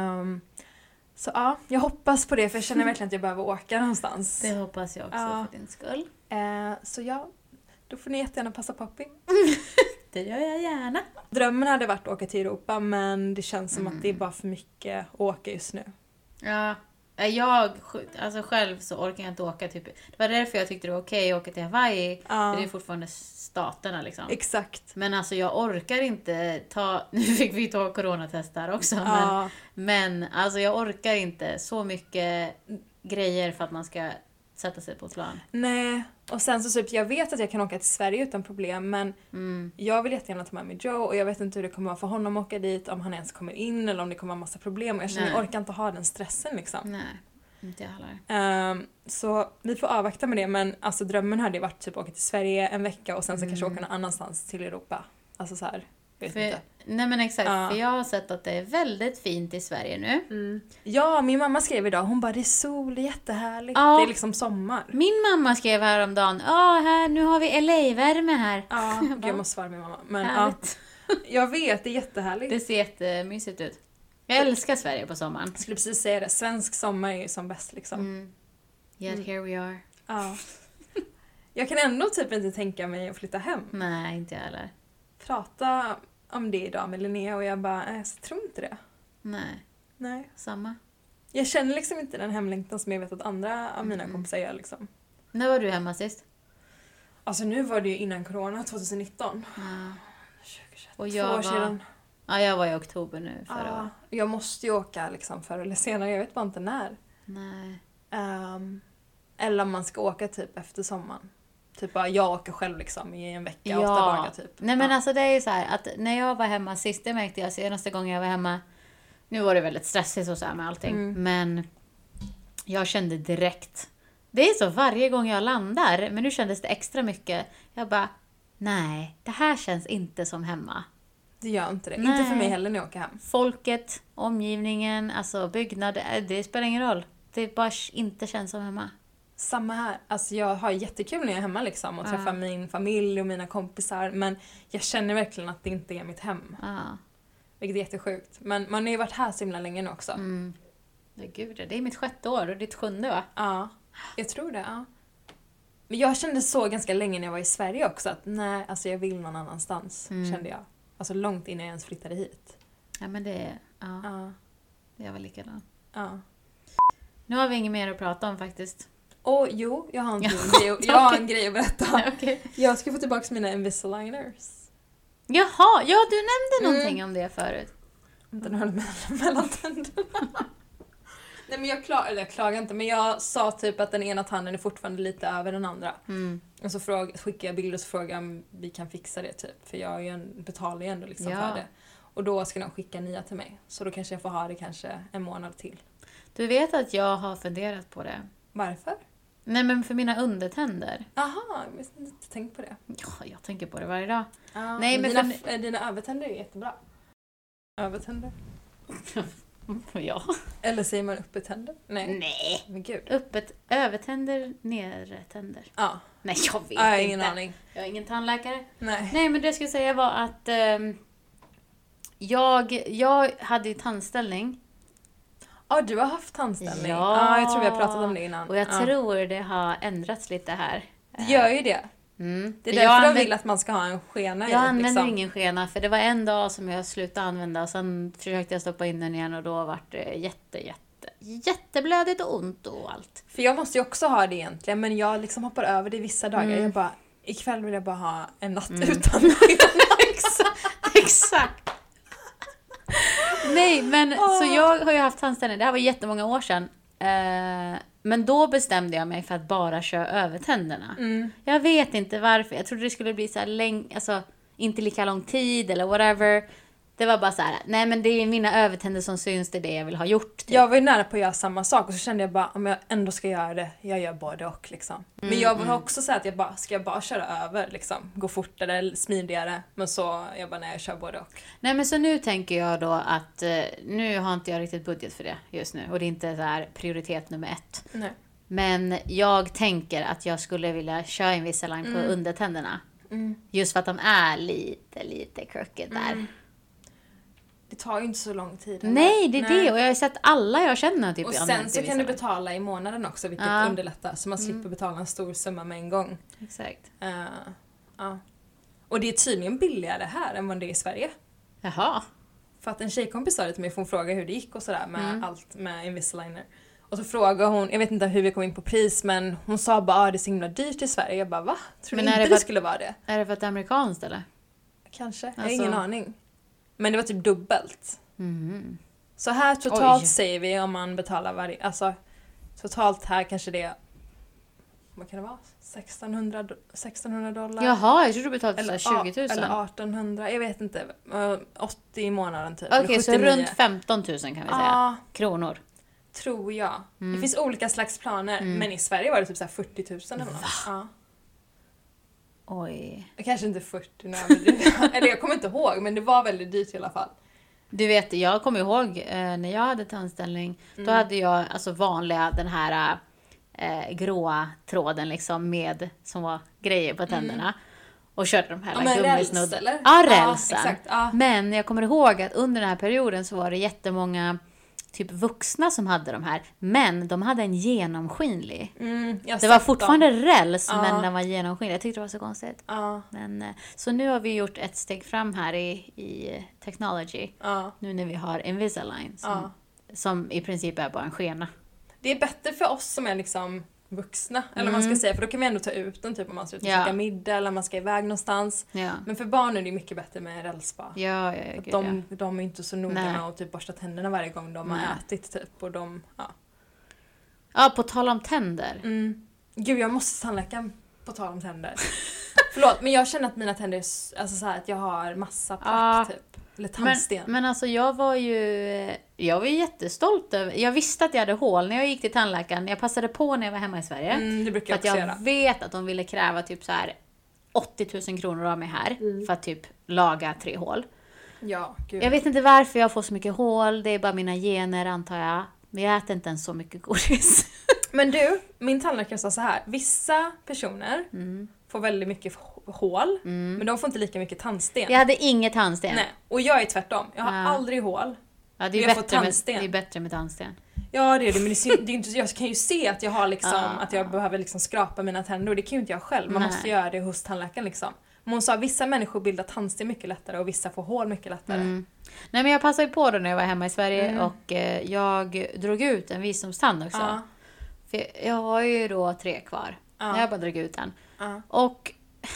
Speaker 1: Så ja, jag hoppas på det, för jag känner verkligen att jag behöver åka någonstans.
Speaker 2: Det hoppas jag också för din skull.
Speaker 1: Så ja, då får ni jättegärna passa Poppy.
Speaker 2: Det gör jag gärna.
Speaker 1: Drömmen hade varit att åka till Europa, men det känns som att det är bara för mycket att åka just nu.
Speaker 2: Ja, jag alltså själv så orkar jag inte åka typ. Det var därför jag tyckte det var okej att åka till Hawaii. För det är fortfarande staterna liksom.
Speaker 1: Exakt.
Speaker 2: Men alltså jag orkar inte nu fick vi ta coronatest där också. Men alltså jag orkar inte så mycket grejer för att man ska sätta sig på plan.
Speaker 1: Nej, och sen så typ, jag vet att jag kan åka till Sverige utan problem, men jag vill jättegärna ta med mig Joe, och jag vet inte hur det kommer vara för honom att åka dit, om han ens kommer in eller om det kommer vara massa problem, och jag känner jag orkar inte ha den stressen liksom.
Speaker 2: Nej, inte jag heller.
Speaker 1: Så vi får avvakta med det, men alltså drömmen hade ju varit typ åka till Sverige en vecka och sen så kanske åka någon annanstans till Europa. Alltså så här, jag vet inte.
Speaker 2: Nej men exakt, för jag har sett att det är väldigt fint i Sverige nu.
Speaker 1: Ja, min mamma skrev idag, hon bara det är sol, det är jättehärligt,
Speaker 2: Ja.
Speaker 1: det är liksom sommar.
Speaker 2: Min mamma skrev häromdagen, här, nu har vi LA-värme här.
Speaker 1: Ja, jag måste svara min mamma. Men
Speaker 2: Härligt.
Speaker 1: jag vet, det är jättehärligt.
Speaker 2: Det ser jättemysigt ut. Jag älskar Sverige på sommaren.
Speaker 1: Jag skulle precis säga det, svensk sommar är ju som bäst liksom.
Speaker 2: Yet here we are.
Speaker 1: Ja. Jag kan ändå typ inte tänka mig att flytta hem.
Speaker 2: Nej, inte jag heller.
Speaker 1: Prata om det idag med Linnea och jag bara, jag tror inte det. Nej.
Speaker 2: Samma.
Speaker 1: Jag känner liksom inte den hemlängtan som jag vet att andra av mina kompisar gör liksom.
Speaker 2: När var du hemma sist?
Speaker 1: Alltså nu var det ju innan corona, 2019. 2021,
Speaker 2: Och
Speaker 1: 2
Speaker 2: jag
Speaker 1: år sedan.
Speaker 2: Ja, jag var i oktober nu förra året.
Speaker 1: Jag måste ju åka liksom förr eller senare, jag vet bara inte när.
Speaker 2: Nej.
Speaker 1: Eller om man ska åka typ efter sommaren. Typ bara jag åker själv liksom i en vecka, 8 dagar typ.
Speaker 2: Nej men alltså det är ju så här att när jag var hemma sist, det märkte jag senaste gången jag var hemma. Nu var det väldigt stressigt och så här med allting. Men jag kände direkt. Det är så varje gång jag landar. Men nu kändes det extra mycket. Jag bara, nej, det här känns inte som hemma.
Speaker 1: Det gör inte det. Nej. Inte för mig heller när jag åker hem.
Speaker 2: Folket, omgivningen, alltså byggnader, det spelar ingen roll. Det bara inte känns som hemma.
Speaker 1: Samma här. Alltså jag har jättekul när jag är hemma liksom och träffar min familj och mina kompisar. Men jag känner verkligen att det inte är mitt hem. Vilket är jättesjukt. Men man har ju varit här så himla länge nu också.
Speaker 2: Ja, gud, det är mitt 6:e år och ditt 7:e, va?
Speaker 1: Ja, jag tror det. Ja. Men jag kände så ganska länge när jag var i Sverige också att nej, alltså jag vill någon annanstans, kände jag. Alltså långt innan jag ens flyttade hit.
Speaker 2: Ja, men det är... Ja. Det var likadant.
Speaker 1: Ja.
Speaker 2: Nu har vi inget mer att prata om faktiskt.
Speaker 1: Jo, jag har en grej att berätta.
Speaker 2: Okay.
Speaker 1: Jag ska få tillbaka mina Invisaligners.
Speaker 2: Jaha, ja du nämnde någonting om det förut.
Speaker 1: Den höll mellan tänderna. Nej men jag klagar inte, men jag sa typ att den ena tanden är fortfarande lite över den andra. Och så skickade jag bilder och så frågade om vi kan fixa det typ. För jag betalar ju ändå liksom för det. Och då ska de skicka nya till mig. Så då kanske jag får ha det kanske en månad till.
Speaker 2: Du vet att jag har funderat på det.
Speaker 1: Varför?
Speaker 2: Nej men för mina undertänder.
Speaker 1: Aha, jag har inte tänkt på det.
Speaker 2: Ja, jag tänker på det varje dag.
Speaker 1: Nej, men dina övertänder är jättebra. Övertänder?
Speaker 2: Ja.
Speaker 1: Eller säger man uppetänder?
Speaker 2: Nej.
Speaker 1: Men gud.
Speaker 2: Övertänder, nedtänder.
Speaker 1: Ja.
Speaker 2: Nej, jag vet
Speaker 1: jag har
Speaker 2: inte.
Speaker 1: Ingen aning.
Speaker 2: Jag är ingen tandläkare.
Speaker 1: Nej,
Speaker 2: men det jag skulle säga var att jag hade ju tandställning.
Speaker 1: Ja, du har haft tandställning.
Speaker 2: Ja,
Speaker 1: jag tror vi har pratat om det innan.
Speaker 2: Och jag tror det har ändrats lite här.
Speaker 1: Det gör ju det. Det är därför de vill att man ska ha en skena.
Speaker 2: Jag använder ingen skena, för det var en dag som jag slutade använda och sen försökte jag stoppa in den igen och då var det jätteblödigt och ont och allt.
Speaker 1: För jag måste ju också ha det egentligen, men jag liksom hoppar över det vissa dagar. Jag bara, ikväll vill jag bara ha en natt utan skena.
Speaker 2: Exakt. Nej, men så jag har ju haft tandställning. Det här var jättemånga år sedan. Men då bestämde jag mig för att bara köra över tänderna. Jag vet inte varför. Jag trodde det skulle bli så här alltså inte lika lång tid eller whatever. Det var bara så här, nej men det är mina övertänder som syns, det är det jag vill ha gjort. Typ.
Speaker 1: Jag var ju nära på att göra samma sak och så kände jag bara, om jag ändå ska göra det, jag gör både och liksom. Men jag har också sagt att ska jag bara köra över liksom, gå fortare eller smidigare, men så jag bara, nej jag kör både och.
Speaker 2: Nej men så nu tänker jag då att nu har inte jag riktigt budget för det just nu och det är inte så här prioritet nummer 1.
Speaker 1: Nej. Men
Speaker 2: jag tänker att jag skulle vilja köra Invisalign på undertänderna. Just för att de är lite crooked där.
Speaker 1: Det tar ju inte så lång tid. Eller?
Speaker 2: Nej, det är det. Och jag har sett alla jag känner typ.
Speaker 1: Och sen så kan du betala i månaden också, vilket underlättar. Så man slipper betala en stor summa med en gång.
Speaker 2: Exakt.
Speaker 1: Och det är tydligen billigare här än vad det är i Sverige.
Speaker 2: Jaha.
Speaker 1: För att en tjejkompis sa det till mig, för hon frågade hur det gick och sådär med allt med Invisaligner. Och så frågade hon, jag vet inte hur vi kom in på pris, men hon sa bara det är så himla dyrt i Sverige. Jag bara, va? Tror du inte det skulle vara det?
Speaker 2: Är det för att det är amerikanskt eller?
Speaker 1: Kanske, jag har ingen aning. Men det var typ dubbelt. Så här totalt säger vi om man betalar varje... Alltså totalt här kanske det är... Vad kan det vara? $1600?
Speaker 2: Jaha, jag tror du betalade 20 000.
Speaker 1: Eller 1800, jag vet inte. 80 i månaden typ.
Speaker 2: Okej, så runt 15 000 kan vi säga. Kronor.
Speaker 1: Tror jag. Det finns olika slags planer. Men i Sverige var det typ så här 40 000 eller något. Ja.
Speaker 2: Oj.
Speaker 1: Kanske inte 40 nu. Eller jag kommer inte ihåg, men det var väldigt dyrt i alla fall.
Speaker 2: Du vet, jag kommer ihåg när jag hade tandställning. Då hade jag alltså vanliga, den här gråa tråden liksom med, som var grejer på tänderna. Och körde de här gummisnoddarna. Ja, rälsen.
Speaker 1: Exakt.
Speaker 2: Men jag kommer ihåg att under den här perioden så var det jättemånga typ vuxna som hade de här. Men de hade en genomskinlig. Det var fortfarande räls, men den var genomskinlig. Jag tyckte det var så konstigt. Men, så nu har vi gjort ett steg fram här i technology. Nu när vi har Invisalign. Som i princip är bara en skena.
Speaker 1: Det är bättre för oss som är liksom vuxna. Eller vad man ska säga. För då kan vi ändå ta ut den typ om man ska ut och käka middag eller man ska iväg någonstans.
Speaker 2: Ja.
Speaker 1: Men för barn är det mycket bättre med rälspa.
Speaker 2: Ja,
Speaker 1: de är inte så noga med att typ borsta tänderna varje gång de har ätit typ. Och
Speaker 2: Ja, på tal om tänder.
Speaker 1: Gud, jag måste tandläkaren på tal om tänder. Förlåt, men jag känner att mina tänder är alltså så här att jag har massa plack typ. Eller tandsten.
Speaker 2: Men alltså jag var jättestolt över. Jag visste att jag hade hål när jag gick till tandläkaren. Jag passade på när jag var hemma i Sverige.
Speaker 1: Det brukar
Speaker 2: för att jag vet att de ville kräva typ så här 80 000 kronor av mig här. För att typ laga 3 hål.
Speaker 1: Ja, gud.
Speaker 2: Jag vet inte varför jag får så mycket hål. Det är bara mina gener antar jag. Men jag äter inte ens så mycket godis.
Speaker 1: Men du, min tandläkare sa så här. Vissa personer får väldigt mycket hål. Men de får inte lika mycket tandsten.
Speaker 2: Jag hade inget tandsten.
Speaker 1: Nej, och jag är tvärtom. Jag har aldrig hål.
Speaker 2: Ja, det är bättre med tandsten.
Speaker 1: Ja, det är det. Men det är inte, jag kan ju se att jag har liksom, att jag behöver liksom skrapa mina tänder. Och det kan ju inte jag själv. Man måste göra det hos tandläkaren liksom. Men hon sa att vissa människor bildar tandsten mycket lättare och vissa får hål mycket lättare.
Speaker 2: Nej, men jag passade ju på då när jag var hemma i Sverige och jag drog ut en visdomstand också. För jag har ju då 3 kvar. Jag bara drog ut den. Och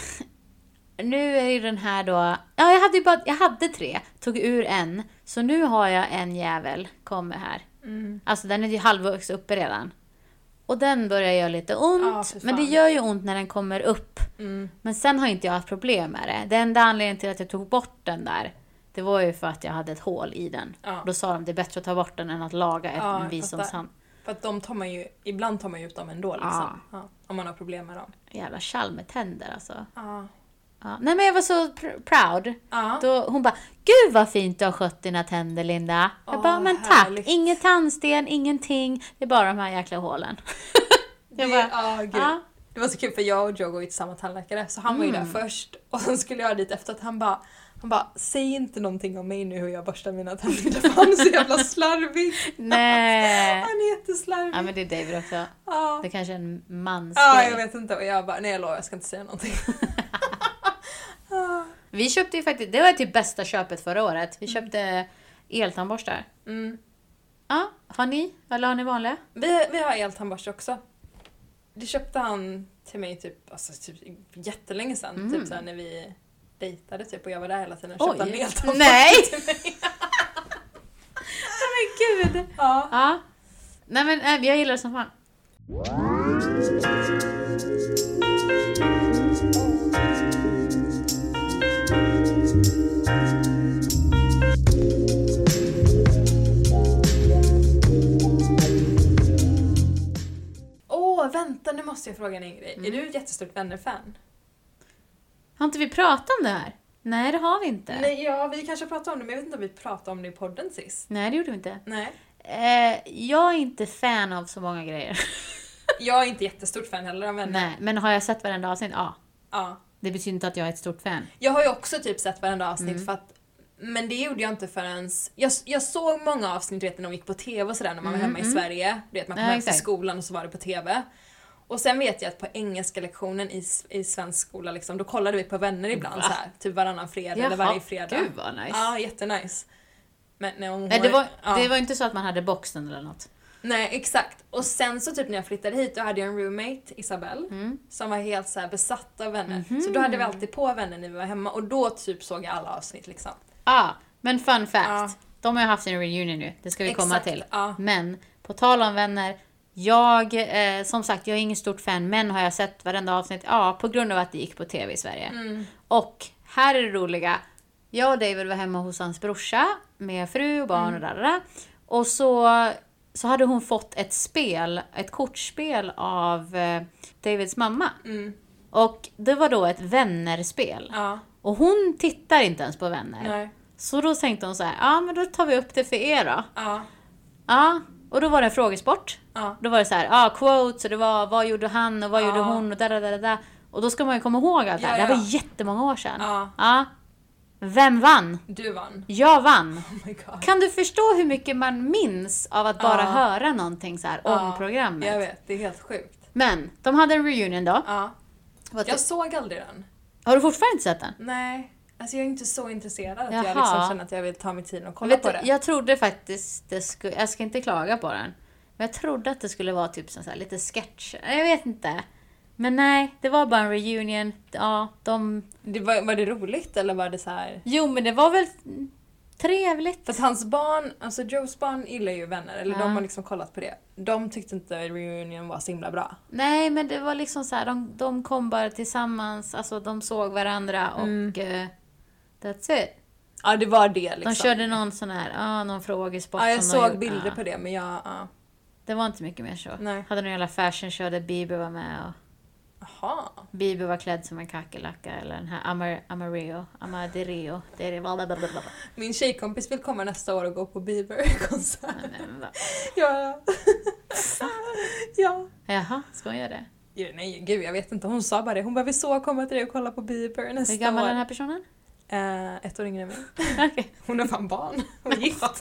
Speaker 2: nu är ju den här då... Ja, jag hade 3. Tog ur en. Så nu har jag en jävel kommer här. Alltså den är ju halvvägs uppe redan. Och den börjar göra lite ont. Men det gör ju ont när den kommer upp. Men sen har inte jag haft problem med det. Den enda anledningen till att jag tog bort den där, det var ju för att jag hade ett hål i den. Då sa de det är bättre att ta bort den än att laga en visdomstand.
Speaker 1: För att ibland tar man ju ut dem ändå liksom. Om man har problem med dem.
Speaker 2: Jävla tjall med tänder alltså. Nej, men jag var så proud. Då, hon bara, gud vad fint du har skött dina tänder, Linda. Jag bara, men härligt. Tack. Inget tandsten, ingenting. Det är bara de här jäkla hålen.
Speaker 1: Det var så kul för jag och Joe går ju till samma tandläkare. Så han var ju där först. Och sen skulle jag dit efter att han bara, säg inte någonting om mig nu hur jag borstar mina tänder. För han är så jävla slarvig.
Speaker 2: Nej.
Speaker 1: Han är jätteslarvig.
Speaker 2: Ja, men det är David också. Det är kanske en mans
Speaker 1: Ja, jag vet inte. Och jag bara, nej jag lovar, jag ska inte säga någonting.
Speaker 2: Vi köpte ju faktiskt, det var typ bästa köpet förra året. Vi köpte eltandborstar. Ja, har ni? Eller har ni vanliga?
Speaker 1: Vi har eltandborstar också. Det köpte han till mig typ jättelänge sedan. Typ såhär när vi dejtade typ och jag var där hela tiden. Köpte han eltandborstar till mig.
Speaker 2: Men gud. Ja. Nej men jag gillar det som fan.
Speaker 1: Vänta, nu måste jag fråga en grej. Är du ett jättestort Vänner-fan?
Speaker 2: Har inte vi pratat om det här? Nej, det har vi inte.
Speaker 1: Nej, vi kanske pratade om det, men jag vet inte om vi pratade om det i podden sist.
Speaker 2: Nej, det gjorde vi inte.
Speaker 1: Nej.
Speaker 2: Jag är inte fan av så många grejer.
Speaker 1: Jag är inte jättestort fan heller av Vänner.
Speaker 2: Nej, men har jag sett varenda avsnitt?
Speaker 1: Ja.
Speaker 2: Det betyder inte att jag är ett stort fan.
Speaker 1: Jag har ju också typ sett varenda avsnitt för att... Men det gjorde jag inte förrän... Jag såg många avsnitt när de gick på tv och sådär när man var hemma i Sverige. Du vet, man kom hem till skolan och så var det på tv. Och sen vet jag att på engelska lektionen i svensk skola liksom, då kollade vi på Vänner ibland så här, typ varannan fredag eller varje fredag.
Speaker 2: Gud vad nice.
Speaker 1: Ja, jättenice. Men
Speaker 2: det var inte så att man hade boxen eller något.
Speaker 1: Nej, exakt. Och sen så typ när jag flyttade hit då hade jag en roommate, Isabelle, som var helt så här besatt av Vänner. Så då hade vi alltid på Vänner när vi var hemma och då typ såg jag alla avsnitt liksom.
Speaker 2: Men fun fact. De har ju haft sin reunion nu. Det ska vi komma till. Men på tal om Vänner, som sagt, jag är ingen stort fan, men har jag sett varenda avsnitt? Ja, på grund av att det gick på tv i Sverige. Och här är det roliga. Jag och David var hemma hos hans brorsa med fru och barn och där. Och så hade hon fått ett kortspel av Davids mamma. Och det var då ett vännerspel. Och hon tittar inte ens på Vänner.
Speaker 1: Nej.
Speaker 2: Så då tänkte hon så här, men då tar vi upp det för er då. Ja, och då var det en frågesport. Då var det så här, quotes, och det var vad gjorde han och vad gjorde hon och där. Och då ska man ju komma ihåg allt det här. Det var jättemånga år sedan. Vem vann?
Speaker 1: Du vann.
Speaker 2: Jag vann.
Speaker 1: Oh my God.
Speaker 2: Kan du förstå hur mycket man minns av att bara höra någonting så här om programmet?
Speaker 1: Jag vet, det är helt sjukt.
Speaker 2: Men de hade en reunion då.
Speaker 1: Jag såg aldrig den.
Speaker 2: Har du fortfarande inte sett den?
Speaker 1: Nej. Alltså jag är inte så intresserad att jag liksom känner att jag vill ta mig tid och kolla på det.
Speaker 2: Jag trodde faktiskt jag ska inte klaga på den. Och jag trodde att det skulle vara typ så här, lite sketch. Jag vet inte. Men nej, det var bara en reunion. Ja,
Speaker 1: Var det roligt eller var det så här?
Speaker 2: Jo, men det var väl trevligt.
Speaker 1: För att hans barn, alltså Joes barn gillar ju Vänner. Eller de har liksom kollat på det. De tyckte inte reunion var så himla bra.
Speaker 2: Nej, men det var liksom så här, de kom bara tillsammans. Alltså de såg varandra och that's it.
Speaker 1: Ja, det var det liksom.
Speaker 2: De körde någon sån här, någon frågesport.
Speaker 1: Ja, jag såg bilder på det, men
Speaker 2: det var inte mycket mer så.
Speaker 1: Nej.
Speaker 2: Hade någon jävla fashion show där Bieber var med och
Speaker 1: Aha.
Speaker 2: Bieber var klädd som en kackerlacka eller den här Amarillo.
Speaker 1: Min tjejkompis vill komma nästa år och gå på Bieber-konsert. Ja. Ja.
Speaker 2: Jaha, ska hon göra det?
Speaker 1: Ja, nej, gud, jag vet inte. Hon sa bara det. Hon bara, vi så komma till dig och kolla på Bieber nästa år.
Speaker 2: Hur gammal är den här personen?
Speaker 1: 1 år yngre än mig.
Speaker 2: Okay.
Speaker 1: Hon har fan barn. Hon är gift.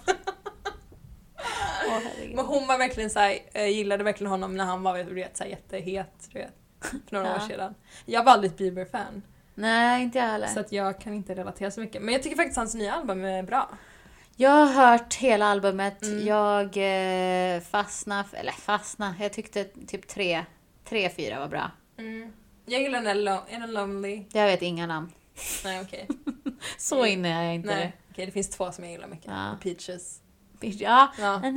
Speaker 1: Men hon var verkligen så här, gillade verkligen honom när han var så här, jättehet, du vet, för några år sedan. Jag var aldrig ett Bieber-fan.
Speaker 2: Nej, inte jag heller.
Speaker 1: Så att jag kan inte relatera så mycket. Men jag tycker faktiskt hans nya album är bra.
Speaker 2: Jag har hört hela albumet. Jag fastnade. Jag tyckte typ 3-4 var bra.
Speaker 1: Jag gillar den Lonely.
Speaker 2: Jag vet inga namn.
Speaker 1: Nej, okej.
Speaker 2: Så inne är jag inte.
Speaker 1: Nej, okej, det finns 2 som jag gillar mycket.
Speaker 2: Ja.
Speaker 1: Peaches.
Speaker 2: Ja.
Speaker 1: Nej,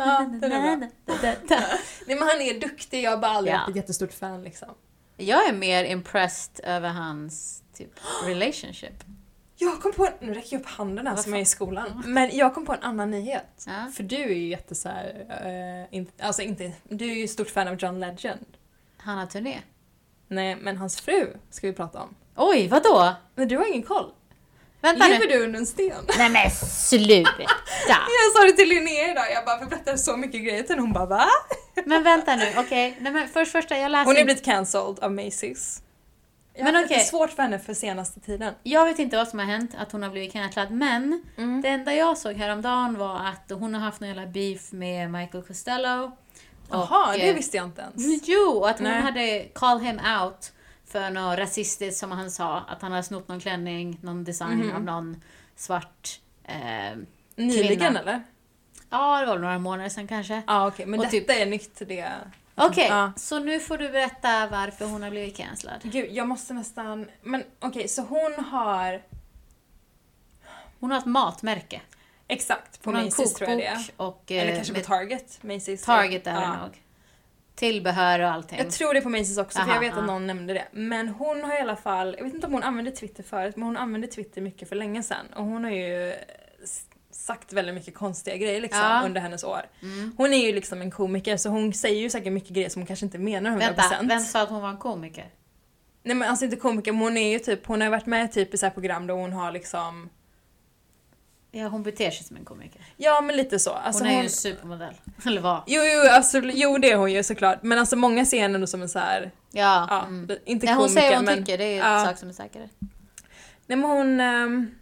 Speaker 1: men han är duktig. Jag har bara aldrig varit ett jättestort fan liksom.
Speaker 2: Jag är mer impressed över hans typ relationship.
Speaker 1: Jag kom på nu räcker jag upp handen här som jag är i skolan. Men jag kom på en annan nyhet.
Speaker 2: Ja.
Speaker 1: För du är ju jätte så här, du är ju stort fan av John Legend.
Speaker 2: Han har turné.
Speaker 1: Nej, men hans fru ska vi prata om.
Speaker 2: Oj, vadå?
Speaker 1: Men du har ingen koll.
Speaker 2: Vänta
Speaker 1: Lever
Speaker 2: nu.
Speaker 1: du under en sten?
Speaker 2: Nej men sluta.
Speaker 1: Jag sa det till Linnea idag. Jag bara berättade så mycket grejer till henne. Hon bara, va?
Speaker 2: Men vänta nu, okej. Nej men första jag läser.
Speaker 1: Hon är blivit cancelled av Macy's.
Speaker 2: Men
Speaker 1: okej. Det är svårt för henne för senaste tiden.
Speaker 2: Jag vet inte vad som har hänt, att hon har blivit cancelled. Men det enda jag såg häromdagen var att hon har haft någon jävla beef med Michael Costello.
Speaker 1: Jaha, det visste jag inte ens.
Speaker 2: Jo, att hon hade call him out för något rasistiskt som han sa. Att han hade snott någon klänning, någon design av någon svart
Speaker 1: nyligen
Speaker 2: kvinna.
Speaker 1: Eller?
Speaker 2: Ja, det var några månader sedan kanske.
Speaker 1: Ja, okej. Men detta är nytt det.
Speaker 2: Okej, så nu får du berätta varför hon har blivit cancelled.
Speaker 1: Gud, jag måste nästan... Men okej, så hon har...
Speaker 2: Hon har ett matmärke.
Speaker 1: Exakt, på Macy's tror jag det är.
Speaker 2: Och,
Speaker 1: eller kanske på Target. Macy's.
Speaker 2: Target är det nog. Tillbehör och allting.
Speaker 1: Jag tror det är på Macy's också, för jag vet att någon nämnde det. Men hon har i alla fall... Jag vet inte om hon använde Twitter förut, men hon använde Twitter mycket för länge sedan. Och hon har ju sagt väldigt mycket konstiga grejer liksom, under hennes år. Hon är ju liksom en komiker, så hon säger ju säkert mycket grejer som hon kanske inte menar 100%.
Speaker 2: Vänta, vem sa att hon var en komiker?
Speaker 1: Nej, men alltså inte komiker, men hon är ju typ... Hon har varit med typ i så här program där hon har liksom...
Speaker 2: Ja, hon beter sig som en komiker.
Speaker 1: Ja, men lite så. Alltså,
Speaker 2: hon är ju en supermodell. Eller vad?
Speaker 1: Jo, det är hon ju såklart. Men alltså många ser henne som en så här... Inte komiker,
Speaker 2: hon säger vad hon
Speaker 1: men,
Speaker 2: tycker, det är en sak som är säkrare.
Speaker 1: Nej, men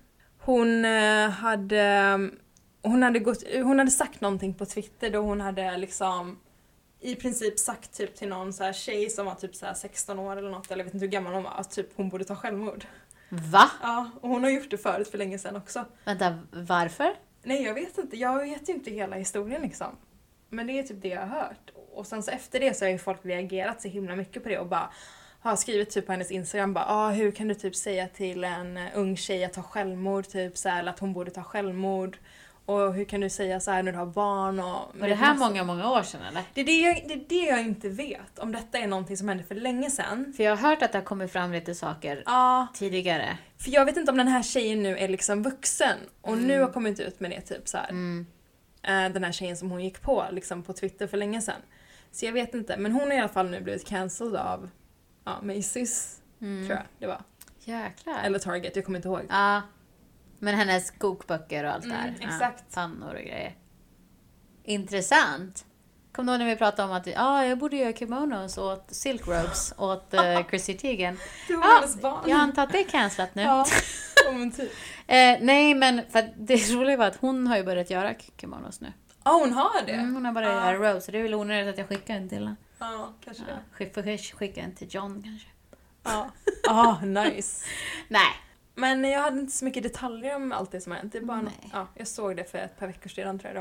Speaker 1: hon hade sagt någonting på Twitter då hon hade liksom i princip sagt typ till någon så här tjej som var typ så här 16 år eller något, eller jag vet inte hur gammal hon var, att typ hon borde ta självmord.
Speaker 2: Va?
Speaker 1: Ja, och hon har gjort det förut för länge sedan också.
Speaker 2: Vänta, varför?
Speaker 1: Nej, jag vet inte. Jag vet ju inte hela historien liksom. Men det är typ det jag har hört. Och sen så efter det så har ju folk reagerat så himla mycket på det och bara har skrivit typ på hennes Instagram bara, hur kan du typ säga till en ung tjej att ta självmord typ så här, eller att hon borde ta självmord. Och hur kan du säga så här när du har barn och...
Speaker 2: Var det här många år sedan eller?
Speaker 1: Det är det jag inte vet. Om detta är någonting som hände för länge sedan.
Speaker 2: För jag har hört att det har kommit fram lite saker tidigare.
Speaker 1: För jag vet inte om den här tjejen nu är liksom vuxen. Och nu har kommit ut med det typ så här. Den här tjejen som hon gick på liksom på Twitter för länge sedan. Så jag vet inte. Men hon har i alla fall nu blivit cancelled av Macy's, tror jag det var.
Speaker 2: Jäklar.
Speaker 1: Eller Target, jag kommer inte ihåg.
Speaker 2: Ja. Men hennes kokböcker och allt där.
Speaker 1: Exakt.
Speaker 2: Pannor och grejer. Intressant. Kom då när vi pratade om att jag borde göra kimonos åt Silk Robes åt Chrissy Teigen.
Speaker 1: Du var hennes barn.
Speaker 2: Jag antar att det är cancelat nu.
Speaker 1: Ja, men typ.
Speaker 2: Nej, men för det roliga var att hon har ju börjat göra kimonos nu.
Speaker 1: Ja, hon har det?
Speaker 2: Hon har börjat göra robes. Så det är väl onödigt att jag skickar en till henne.
Speaker 1: Ja, kanske det.
Speaker 2: Får skicka en till John kanske.
Speaker 1: Ja, nice.
Speaker 2: Nej.
Speaker 1: Men jag hade inte så mycket detaljer om allt det som har hänt. Det är bara jag såg det för ett par veckor sedan tror jag det var.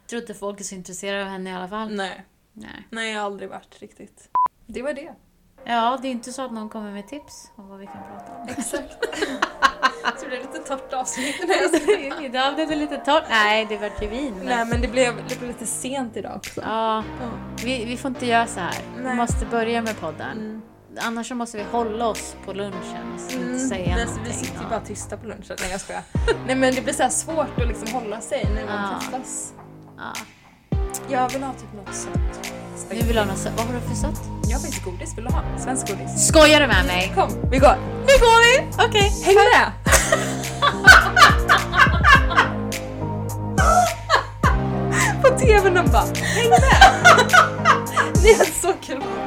Speaker 2: tror inte folk är så intresserade av henne i alla fall.
Speaker 1: Nej, jag har aldrig varit riktigt. Det var det.
Speaker 2: Ja, det är inte så att någon kommer med tips om vad vi kan prata om.
Speaker 1: Exakt. Så det blev lite torrt avsnitt.
Speaker 2: Idag blev det lite torrt. Nej, det var ju vin.
Speaker 1: Nej, men det blev lite sent idag också.
Speaker 2: Ja, vi får inte göra så här. Vi måste börja med podden. Annars så måste vi hålla oss på lunchen och inte säga någonting.
Speaker 1: Vi sitter ju bara tysta på lunchen. Nej, jag skojar. Nej, men det blir så här svårt att liksom hålla sig när man träffas.
Speaker 2: Ja.
Speaker 1: Jag vill ha typ något sött.
Speaker 2: Du vill ha något sött? Vad har du för sött?
Speaker 1: Jag har faktiskt godis. Vill du ha? Svensk godis.
Speaker 2: Skojar du med mig?
Speaker 1: Kom, vi går. Nu går vi!
Speaker 2: Okej.
Speaker 1: Häng med! På tvn och bara, häng med! Det är så kul.